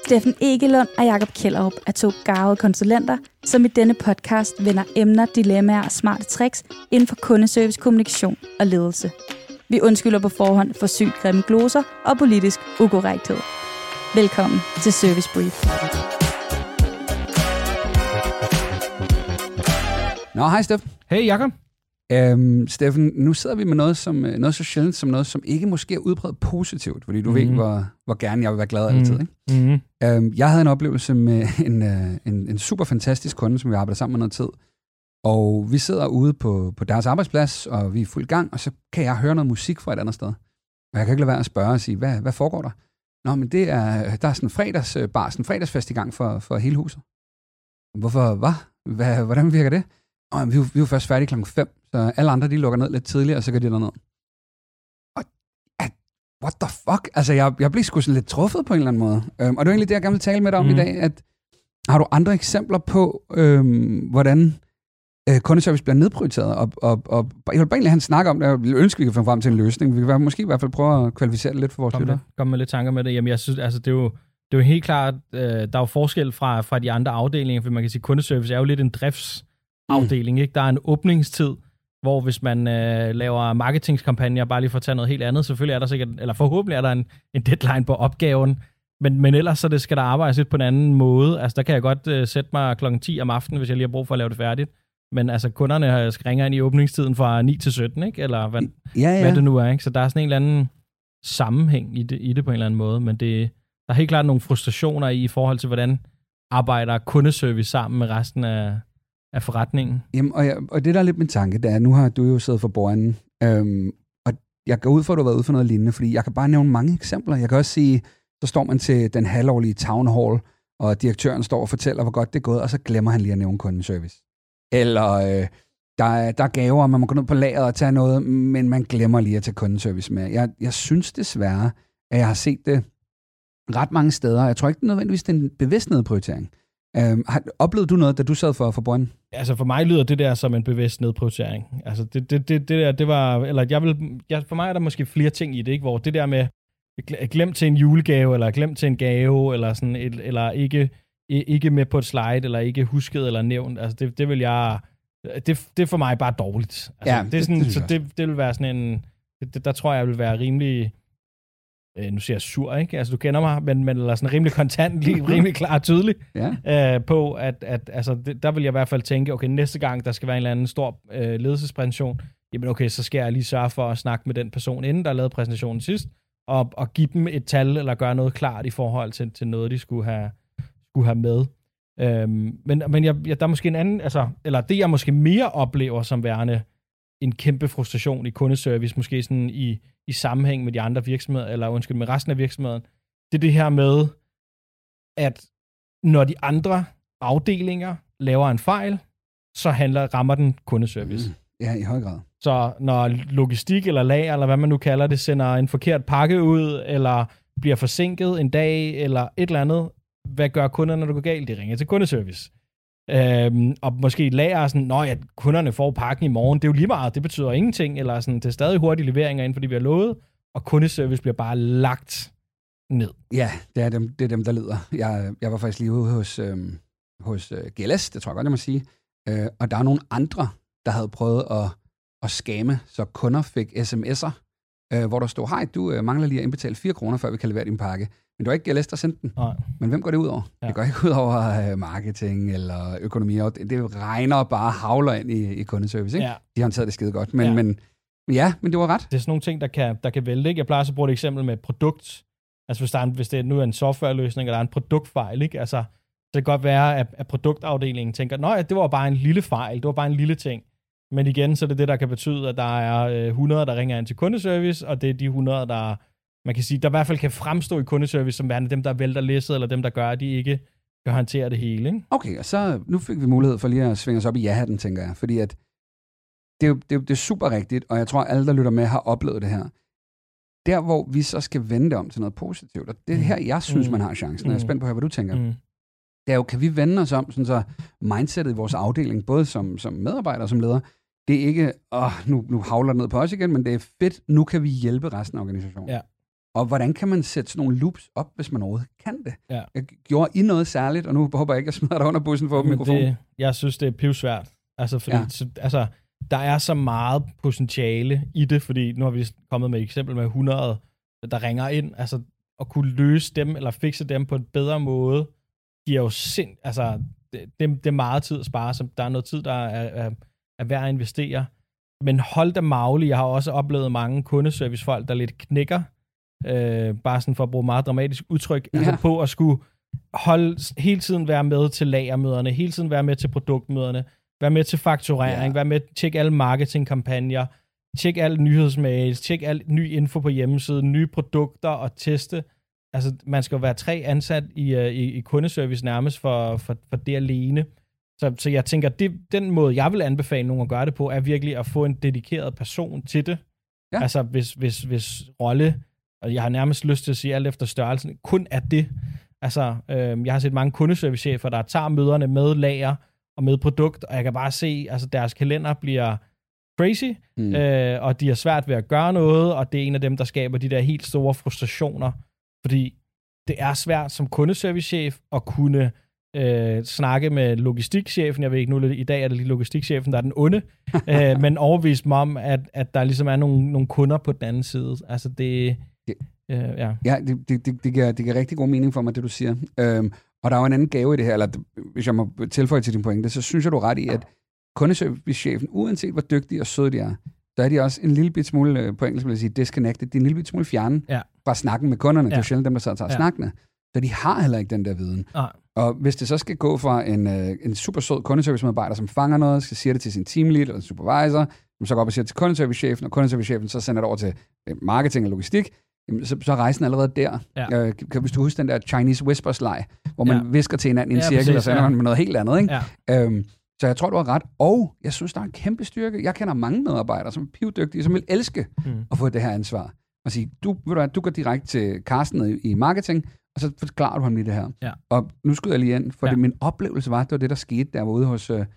Steffen Egelund og Jakob Kjellerup er to garvede konsulenter, som i denne podcast vender emner, dilemmaer og smarte tricks inden for kundeservice, kommunikation og ledelse. Vi undskylder på forhånd for sygt grimme gloser og politisk ukorrekthed. Velkommen til Service Brief. Nå, hej Steffen. Hey Jakob. Steffen, nu sidder vi med noget så sjældent som noget, som ikke måske er udbredt positivt, fordi du ved, hvor gerne jeg vil være glad altid. Ikke? Jeg havde en oplevelse med en super fantastisk kunde, som vi arbejder sammen med noget tid, og vi sidder ude på deres arbejdsplads, og vi er fuld gang, og så kan jeg høre noget musik fra et andet sted. Og jeg kan ikke lade være at spørge og sige, hvad foregår der? Nå, men der er sådan en fredagsfest i gang for hele huset. Hvorfor? Hvordan virker det? Vi er jo først færdige 5:00, så alle andre, de lukker ned lidt tidligere, og så går de derned. Og what the fuck? Altså, jeg blev sgu sådan lidt truffet på en eller anden måde. Og det var egentlig det, jeg gerne vil tale med dig om i dag, at har du andre eksempler på, hvordan kundeservice bliver nedprioriteret? Og jeg vil bare egentlig have en snak om det, jeg vil ønske, vi kan få frem til en løsning. Vi kan måske i hvert fald prøve at kvalificere det lidt for vores lyttere. Kom med lidt tanker med det. Jamen, jeg synes, altså, det er jo helt klart, der er jo forskel fra de andre afdelinger, for man kan sige, kundeservice er jo lidt en driftsafdeling, ikke? Der er en åbningstid, hvor hvis man laver marketingskampagner, bare lige for at tage noget helt andet, selvfølgelig er der sikkert, eller forhåbentlig er der en deadline på opgaven, men ellers så skal der arbejdes lidt på en anden måde. Altså der kan jeg godt sætte mig 10:00 om aftenen, hvis jeg lige har brug for at lave det færdigt. Men altså kunderne ringer ind i åbningstiden fra 9 til 17, ikke? Eller hvad det nu er, ikke? Så der er sådan en eller anden sammenhæng i det på en eller anden måde, men der er helt klart nogle frustrationer i forhold til, hvordan arbejder kundeservice sammen med resten af forretningen. Jamen, og det der er lidt min tanke, det er, nu har du jo siddet for bordenden, og jeg går ud for, at du har været ude for noget lignende, fordi jeg kan bare nævne mange eksempler. Jeg kan også sige, så står man til den halvårlige town hall, og direktøren står og fortæller, hvor godt det er gået, og så glemmer han lige at nævne kundeservice. Eller der er gaver, og man må gå ned på lageret og tage noget, men man glemmer lige at tage kundeservice med. Jeg synes desværre, at jeg har set det ret mange steder. Jeg tror ikke nødvendigvis, det er en bevidst nedprioritering. Oplevede du noget, da du sad for bordenden? Altså for mig lyder det der som en bevidst nedprioritering. Altså det var, eller for mig er der måske flere ting i det, ikke? Hvor det der med glem til en julegave, eller glem til en gave, eller sådan eller ikke med på et slide, eller ikke husket eller nævnt. Altså det vil jeg, det er for mig bare dårligt. Altså, ja, det er sådan, det vil være sådan en, der tror jeg vil være rimelig, nu siger jeg sur, ikke? Altså, du kender mig, men eller sådan rimelig kontant, rimelig klar og tydelig på, at altså, der vil jeg i hvert fald tænke, okay, næste gang, der skal være en eller anden stor ledelsespræsentation, jamen okay, så skal jeg lige sørge for at snakke med den person, inden der lavede præsentationen sidst, og give dem et tal, eller gøre noget klart i forhold til noget, de skulle have med. Men der er måske en anden, altså, eller det jeg måske mere oplever som værende en kæmpe frustration i kundeservice, måske sådan i sammenhæng med de andre virksomheder, eller med resten af virksomheden, det er det her med, at når de andre afdelinger laver en fejl, så rammer den kundeservice. Ja, i høj grad. Så når logistik eller lager, eller hvad man nu kalder det, sender en forkert pakke ud, eller bliver forsinket en dag, eller et eller andet, hvad gør kunderne, når det går galt? De ringer til kundeservice. Og måske lager sådan, at kunderne får pakken i morgen, det er jo lige meget, det betyder ingenting, eller sådan, det er stadig hurtige leveringer inden for det, vi har lovet, og kundeservice bliver bare lagt ned. Ja, det er dem der lider. Jeg var faktisk lige ude hos GLS, det tror jeg godt, jeg må sige, og der er nogle andre, der havde prøvet at skamme, så kunder fik sms'er, hvor der stod, hej, du mangler lige at indbetale 4 kroner, før vi kan levere din pakke. Men det var ikke GLS, der sendte den. Nej. Men hvem går det ud over? Ja. Det går ikke ud over marketing eller økonomi. Det regner bare havler ind i kundeservice. Ikke? Ja. De har håndteret det skide godt. Men det var ret. Det er sådan nogle ting, der kan vælte. Ikke? Jeg plejer så at bruge et eksempel med produkt. Altså hvis det nu er en softwareløsning, eller der er en produktfejl. Ikke? Altså, så det kan godt være, at produktafdelingen tænker, det var bare en lille fejl. Det var bare en lille ting. Men igen, så er det, der kan betyde, at der er 100, der ringer ind til kundeservice, og det er de 100, der man kan sige, der i hvert fald kan fremstå i kundeservice som værende dem, der vælter læsset, eller dem, der gør, at de ikke kan håndtere det hele. Ikke? Okay, og så nu fik vi mulighed for lige at svinge os op i ja-hatten, tænker jeg. Fordi at det er super rigtigt, og jeg tror, at alle, der lytter med, har oplevet det her. Der, hvor vi så skal vende det om til noget positivt, og det er her, jeg synes, man har chancen. Jeg er spændt på at høre, hvad du tænker. Det er jo, kan vi vende os om, sådan så mindsetet i vores afdeling, både som medarbejder og som leder, det er ikke, nu havler det ned på os igen, men det er fedt, nu kan vi hjælpe resten af organisationen. Ja. Og hvordan kan man sætte sådan nogle loops op, hvis man overhovedet kan det? Ja. Gjorde I noget særligt, og nu håber jeg ikke, at jeg smider dig under bussen for mikrofonen? Jeg synes, det er pivsvært. Altså, fordi, der er så meget potentiale i det, fordi nu har vi kommet med et eksempel med 100, der ringer ind. Altså, at kunne løse dem, eller fikse dem på en bedre måde, giver jo det er meget tid at spare, så der er noget tid, der er værd at investere. Men hold da magle, jeg har også oplevet mange kundeservicefolk, der lidt knækker, bare sådan for at bruge meget dramatisk udtryk, altså på at skulle hele tiden være med til lagermøderne, hele tiden være med til produktmøderne, være med til fakturering, være med til at tjekke alle marketingkampagner, tjekke alle nyhedsmails, tjekke al ny info på hjemmesiden, nye produkter og teste. Altså, man skal jo være 3 ansat i kundeservice nærmest for det alene. Så jeg tænker, den måde, jeg vil anbefale nogen at gøre det på, er virkelig at få en dedikeret person til det. Ja. Altså, hvis rolle, og jeg har nærmest lyst til at sige alt efter størrelsen, kun er det. Altså, jeg har set mange kundeservicechefer, der tager møderne med lager og med produkt, og jeg kan bare se, altså deres kalender bliver crazy, og de har svært ved at gøre noget, og det er en af dem, der skaber de der helt store frustrationer, fordi det er svært som kundeservicechef at kunne snakke med logistikchefen. Jeg ved ikke, nu i dag er det lige logistikchefen, der er den onde, men overbevist mig om, at der ligesom er nogle kunder på den anden side. Altså det giver rigtig god mening for mig, det du siger. Og der er jo en anden gave i det her, eller hvis jeg må tilføje til din pointe, så synes jeg, du er ret i, at kundeservicechefen, uanset hvor dygtig og sød de er, så er de også en lille bit smule, på engelsk vil jeg sige, disconnected. De er en lille bit smule fjerne fra snakken med kunderne. Det er jo sjældent dem, der sidder og tager snakkene. Så de har heller ikke den der viden. Og hvis det så skal gå fra en super sød kundeservice-medarbejder, som fanger noget, skal sige det til sin teamlead eller supervisor, så går op og siger det til kundeservicechefen, og kundeservicechefen så sender det over til marketing og logistik, så er rejsen allerede der. Ja. Hvis du husker den der Chinese Whispers-leg, hvor man visker til hinanden i en cirkel, præcis, og så ender man med noget helt andet. Ikke? Ja. Så jeg tror, du har ret. Og jeg synes, der er en kæmpe styrke. Jeg kender mange medarbejdere, som er pivdygtige, som vil elske at få det her ansvar. Og sige, du går direkte til Carsten i marketing, og så forklarer du ham lige det her. Ja. Og nu skyder jeg lige ind, for min oplevelse var, at det var det, der skete, der var ude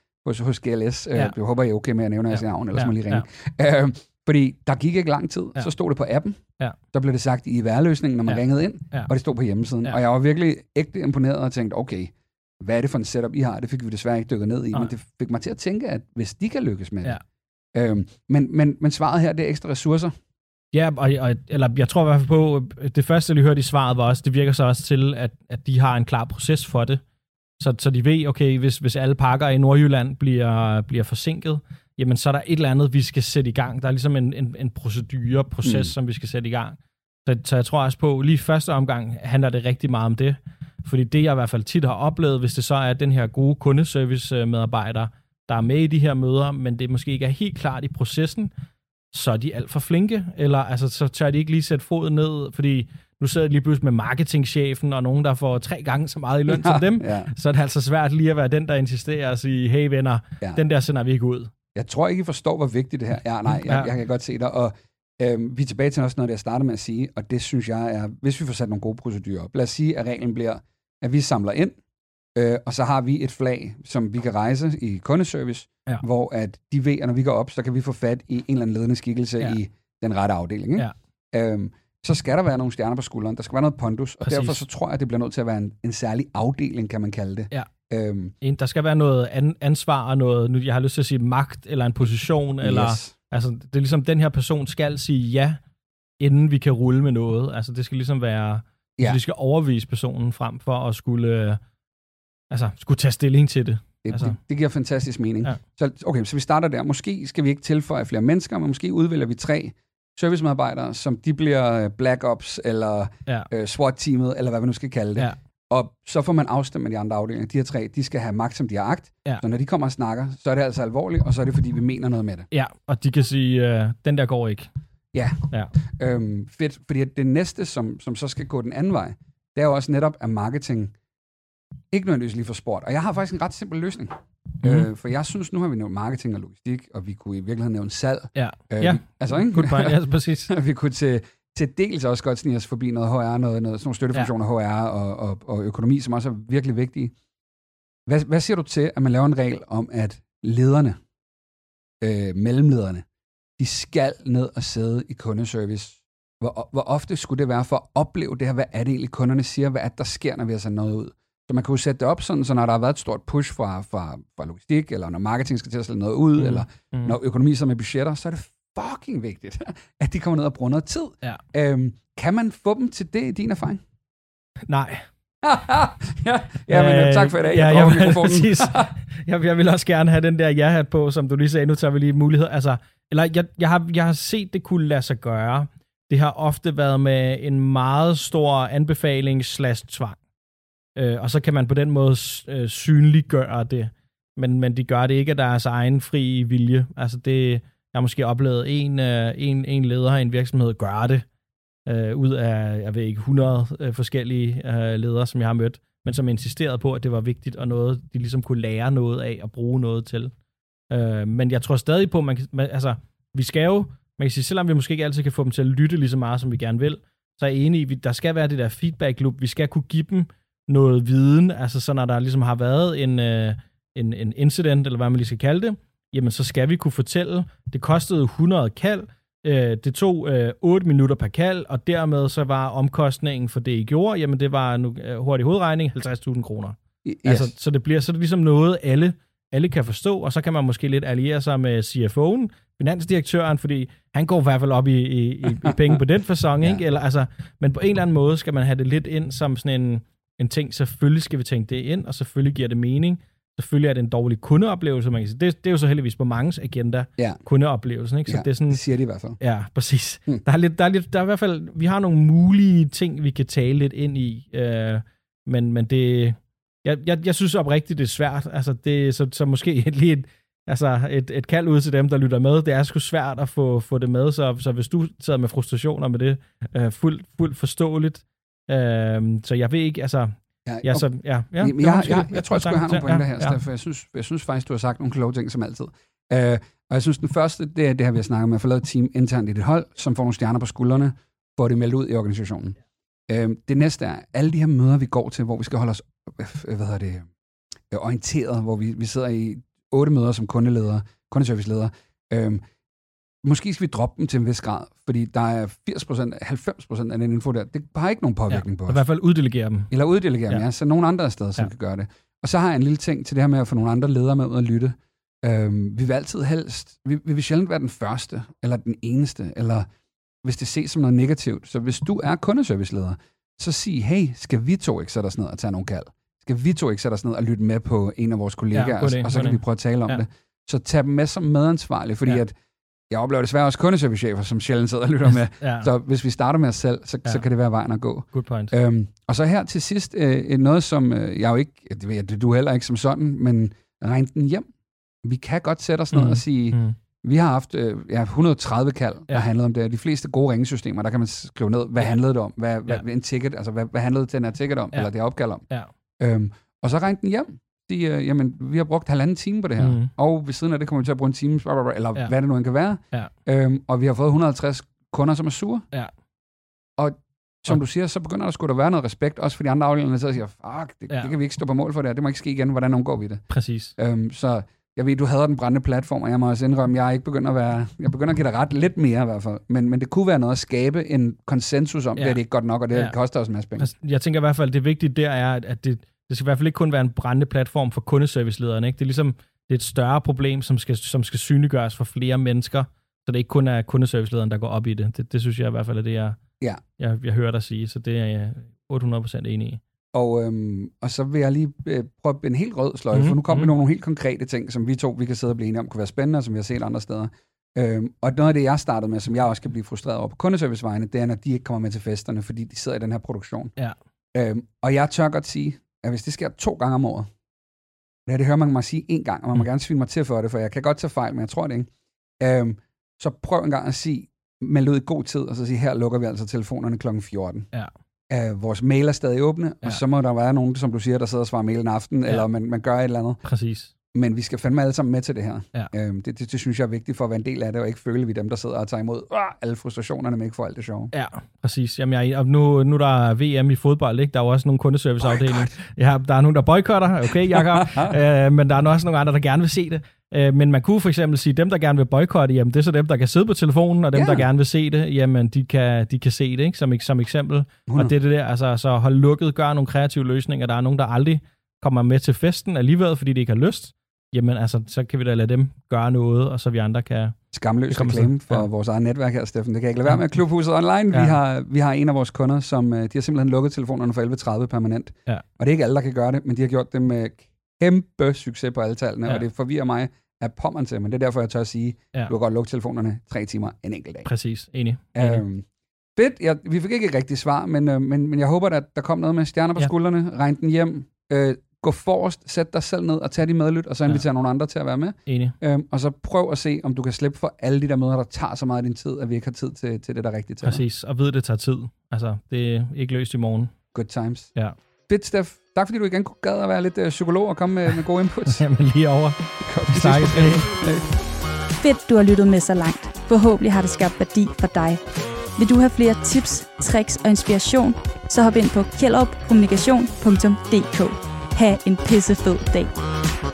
hos GLS. Jeg håber, I er okay med at nævne jeres navn, ellers må jeg lige ringe. Fordi der gik ikke lang tid, så stod det på appen. Ja. Der blev det sagt i værløsningen, når man ringede ind, og det stod på hjemmesiden. Ja. Og jeg var virkelig ægte imponeret og tænkte, okay, hvad er det for en setup, I har? Det fik vi desværre ikke dykket ned i, men det fik mig til at tænke, at hvis de kan lykkes med det. Men svaret her, det er ekstra ressourcer. Ja, eller jeg tror i hvert fald på, det første, jeg lige hørte i svaret, var også, det virker så også til, at de har en klar proces for det. Så de ved, okay, hvis alle pakker i Nordjylland bliver forsinket, jamen så er der et eller andet, vi skal sætte i gang. Der er ligesom en proces, som vi skal sætte i gang. Så jeg tror også på, lige første omgang handler det rigtig meget om det. Fordi det, jeg i hvert fald tit har oplevet, hvis det så er den her gode kundeservice-medarbejder, der er med i de her møder, men det måske ikke er helt klart i processen, så er de alt for flinke, eller altså, så tør de ikke lige sætte foden ned, fordi nu sidder de lige pludselig med marketingchefen, og nogen, der får 3 gange så meget i løn som dem, så er det altså svært lige at være den, der insisterer og sige, hey venner, den der sender vi ikke ud. Jeg tror ikke, I forstår, hvor vigtigt det her er. Jeg kan godt se dig, og vi er tilbage til også noget, jeg startede med at sige, og det synes jeg er, hvis vi får sat nogle gode procedurer op. Lad os sige, at reglen bliver, at vi samler ind, og så har vi et flag, som vi kan rejse i kundeservice, hvor at de ved, at når vi går op, så kan vi få fat i en eller anden ledende skikkelse i den rette afdeling. Ikke? Ja. Så skal der være nogle stjerner på skulderen, der skal være noget pondus, og derfor så tror jeg, at det bliver nødt til at være en særlig afdeling, kan man kalde det. Ja. Der skal være noget ansvar og noget, jeg har lyst til at sige magt, eller en position, eller altså, det er ligesom, den her person skal sige ja, inden vi kan rulle med noget. Altså, det skal ligesom være, vi skal overvise personen frem for at skulle tage stilling til det. Det giver fantastisk mening. Ja. Så vi starter der. Måske skal vi ikke tilføje flere mennesker, men måske udvælger vi 3 servicemedarbejdere, som de bliver Black Ops, eller SWAT-teamet, eller hvad vi nu skal kalde det. Ja. Og så får man afstemt med de andre afdelinger. De her 3, de skal have magt, som de har agt. Ja. Så når de kommer og snakker, så er det altså alvorligt, og så er det, fordi vi mener noget med det. Ja, og de kan sige, den der går ikke. Ja. Fedt. Fordi det næste, som så skal gå den anden vej, det er jo også netop, at marketing ikke nødvendigvis lige for sport. Og jeg har faktisk en ret simpel løsning. For jeg synes, nu har vi nævnt marketing og logistik, og vi kunne i virkeligheden nævne salg. Ja. Ikke? Good point. Ja, præcis. Vi kunne til dels også godt snige os forbi noget HR, noget sådan nogle støttefunktioner, HR og økonomi, som også er virkelig vigtige. Hvad siger du til, at man laver en regel om, at lederne, mellemlederne, de skal ned og sidde i kundeservice Hvor ofte skulle det være for at opleve det her? Hvad er det egentlig, kunderne siger? Hvad er det, der sker, når vi har sendt noget ud? Så man kan jo sætte det op sådan, så når der har været et stort push fra logistik, eller når marketing skal til at sælge noget ud, eller når økonomi så med budgetter, så er det fucking vigtigt, at de kommer ned og bruger noget tid. Ja. Kan man få dem til det i din erfaring? Nej. Men tak for i dag. Jeg vil også gerne have den der ja-hat på, som du lige sagde. Nu tager vi lige muligheder. Altså, eller jeg har set det kunne lade sig gøre. Det har ofte været med en meget stor anbefaling /tvang. Og så kan man på den måde synliggøre det. Men de gør det ikke af deres egen fri vilje. Altså det, jeg har måske oplevet en leder i en virksomhed gøre det. Ud af, jeg ved ikke, 100 forskellige ledere, som jeg har mødt, men som insisterede på, at det var vigtigt, og noget, de ligesom kunne lære noget af, og bruge noget til. Men jeg tror stadig på, vi skal jo, man kan sige, selvom vi måske ikke altid kan få dem til at lytte lige så meget, som vi gerne vil, så er jeg enig i, at der skal være det der feedback loop. Vi skal kunne give dem noget viden, altså så når der ligesom har været en incident, eller hvad man lige skal kalde det, jamen så skal vi kunne fortælle, det kostede 100 kald, det tog 8 minutter per kald, og dermed så var omkostningen for det, I gjorde, jamen det var nu hurtig hovedregning, 50.000 kroner. Yes. Altså, så det er ligesom noget, alle kan forstå, og så kan man måske lidt alliere sig med CFO'en, finansdirektøren, fordi han går i hvert fald op i penge på den facon, ikke? Eller, altså, men på en eller anden måde skal man have det lidt ind som sådan en ting, selvfølgelig skal vi tænke det ind, og selvfølgelig giver det mening. Selvfølgelig er det en dårlig kundeoplevelse, man kan sige. Det er jo så heldigvis på manges agenda, kundeoplevelsen, ikke? Så det er sådan, det siger de i hvert fald. Ja, præcis. Der er i hvert fald, vi har nogle mulige ting, vi kan tale lidt ind i, men det, jeg synes oprigtigt, det er svært. Altså, det så måske et kald ud til dem, der lytter med. Det er sgu svært at få det med, så hvis du sidder med frustrationer med det, fuldt forståeligt. Så jeg ved ikke, altså... Jeg tror, jeg skulle have nogle pointer her, Steff. Jeg synes faktisk, du har sagt nogle kloge ting, som altid. Og jeg synes, den første, det er det her, vi har snakket med, at få lavet et team internt i dit hold, som får nogle stjerner på skuldrene, får det meldt ud i organisationen. Det næste er, alle de her møder, vi går til, hvor vi skal holde os orienteret, hvor vi sidder i 8 møder som kundeserviceleder. Måske skal vi droppe dem til en vis grad, fordi der er 90% af den info der, det har ikke nogen påvirkning på os. I hvert fald uddelegere dem. Eller uddelegere dem, så nogle andre steder, som kan gøre det. Og så har jeg en lille ting til det her med at få nogle andre ledere med ud at lytte. Vi vil altid helst, vi vil sjældent være den første, eller den eneste, eller hvis det ses som noget negativt. Så hvis du er kundeserviceleder, så sig, hey, skal vi to ikke sætte os ned og tage nogle kald? Skal vi to ikke sætte os ned og lytte med på en af vores kollegaer, og så kan vi prøve at tale om det. Så tag dem med som medansvarlige, fordi at jeg oplever desværre også kundeservicechefer, som sjældent sidder og lytter med. Så hvis vi starter med os selv, så kan det være vejen at gå. Good point. Og så her til sidst, noget som jeg jo ikke, det ved du heller ikke som sådan, men regn den hjem. Vi kan godt sætte os ned og sige, vi har haft 130 kald, der handlede om det. De fleste gode ringesystemer, der kan man skrive ned, hvad handlede det om? Hvad en ticket, altså hvad handlede den her ticket om? Eller det her opkald om? Og så regn den hjem. Jamen, vi har brugt 1,5 time på det her, og ved siden af det kommer vi til at bruge en time, eller hvad det nu end kan være. Og vi har fået 150 kunder, som er sure. Og som du siger, så begynder der sgu at være noget respekt, også for de andre afdelinger, der siger, det kan vi ikke stå på mål for det må ikke ske igen, hvordan undgår vi det? Præcis. Så jeg ved, du hader den brændende platform, og jeg må også indrømme, jeg begynder at give dig ret lidt mere i hvert fald, men det kunne være noget at skabe en konsensus om, det er det ikke godt nok, og det koster os en masse penge. Altså, jeg tænker i hvert fald, det vigtige der er, at det skal i hvert fald ikke kun være en brændende platform for kundeservicelederne. Ikke? Det er ligesom det er et større problem, som skal synliggøres for flere mennesker, så det ikke kun er kundeservicelederen, der går op i det. Det synes jeg i hvert fald er det, jeg hører dig sige, så det er jeg 800% enig i. Og så vil jeg lige prøve en helt rød sløjfe, for nu kommer vi nogle helt konkrete ting, som vi kan sidde og blive enige om, kunne være spændende, som vi har set andre steder. Og noget af det, jeg startede med, som jeg også kan blive frustreret over på kundeservicevejene, det er, når de ikke kommer med til festerne, fordi de sidder i den her produktion. Og jeg tør godt sige, at hvis det sker 2 gange om året, det hører man mig sige 1 gang, og man må gerne svine mig til for det, for jeg kan godt tage fejl, men jeg tror det ikke. Så prøv en gang at sige, meld ud i god tid, og så sige, her lukker vi altså telefonerne kl. 14. Vores mail er stadig åbne, og så må der være nogen, som du siger, der sidder og svarer mail en aften, eller man gør et eller andet. Præcis. Men vi skal fandme alle sammen med til det her. Det synes jeg er vigtigt for at være en del af det, og ikke føle vi dem, der sidder og tager imod alle frustrationerne, men ikke for alt det sjove. Ja, præcis. Jamen, og nu der er VM i fodbold, ikke? Der er jo også nogle kundeserviceafdelinger. Ja, der er nogen, der boykotter. Okay, Jakob. Men der er også nogle andre, der gerne vil se det. Men man kunne for eksempel sige, dem, der gerne vil boykotte, jamen det er så dem, der kan sidde på telefonen, og dem, der gerne vil se det, jamen de kan se det, ikke? Som eksempel. 100. Og det er det der, altså så hold lukket, gør nogle kreative løsninger. Der er nogen, der aldrig kommer med til festen alligevel, fordi de ikke har lyst. Jamen altså, så kan vi da lade dem gøre noget, og så vi andre kan... Skamløs reklame for vores eget netværk her, Steffen. Det kan jeg ikke lade være med. Klubhuset Online, vi har en af vores kunder, som de har simpelthen lukket telefonerne for 11.30 permanent. Ja. Og det er ikke alle, der kan gøre det, men de har gjort det med kæmpe succes på alle tallene, og det forvirrer mig af pommeren til, men det er derfor, jeg tør at sige, du kan godt lukke telefonerne 3 timer en enkelt dag. Præcis, enig. Fedt, vi fik ikke et rigtigt svar, men jeg håber, at der kom noget med stjerner på skuldrene, regn den hjem, gå forrest, sæt dig selv ned og tag de medlyt, og så invitere nogle andre til at være med. Enig. Og så prøv at se, om du kan slippe for alle de der møder, der tager så meget af din tid, at vi ikke har tid til det, der er rigtigt til. Præcis, og ved, det tager tid. Altså, det er ikke løst i morgen. Good times. Ja. Fedt, Steff. Tak fordi du igen kunne gad at være lidt psykolog og komme med gode inputs. Jamen lige over. Fedt, du har lyttet med så langt. Forhåbentlig har det skabt værdi for dig. Vil du have flere tips, tricks og inspiration, så hop ind på kjellerupkommunikation.dk. Ha' en pissefed dag.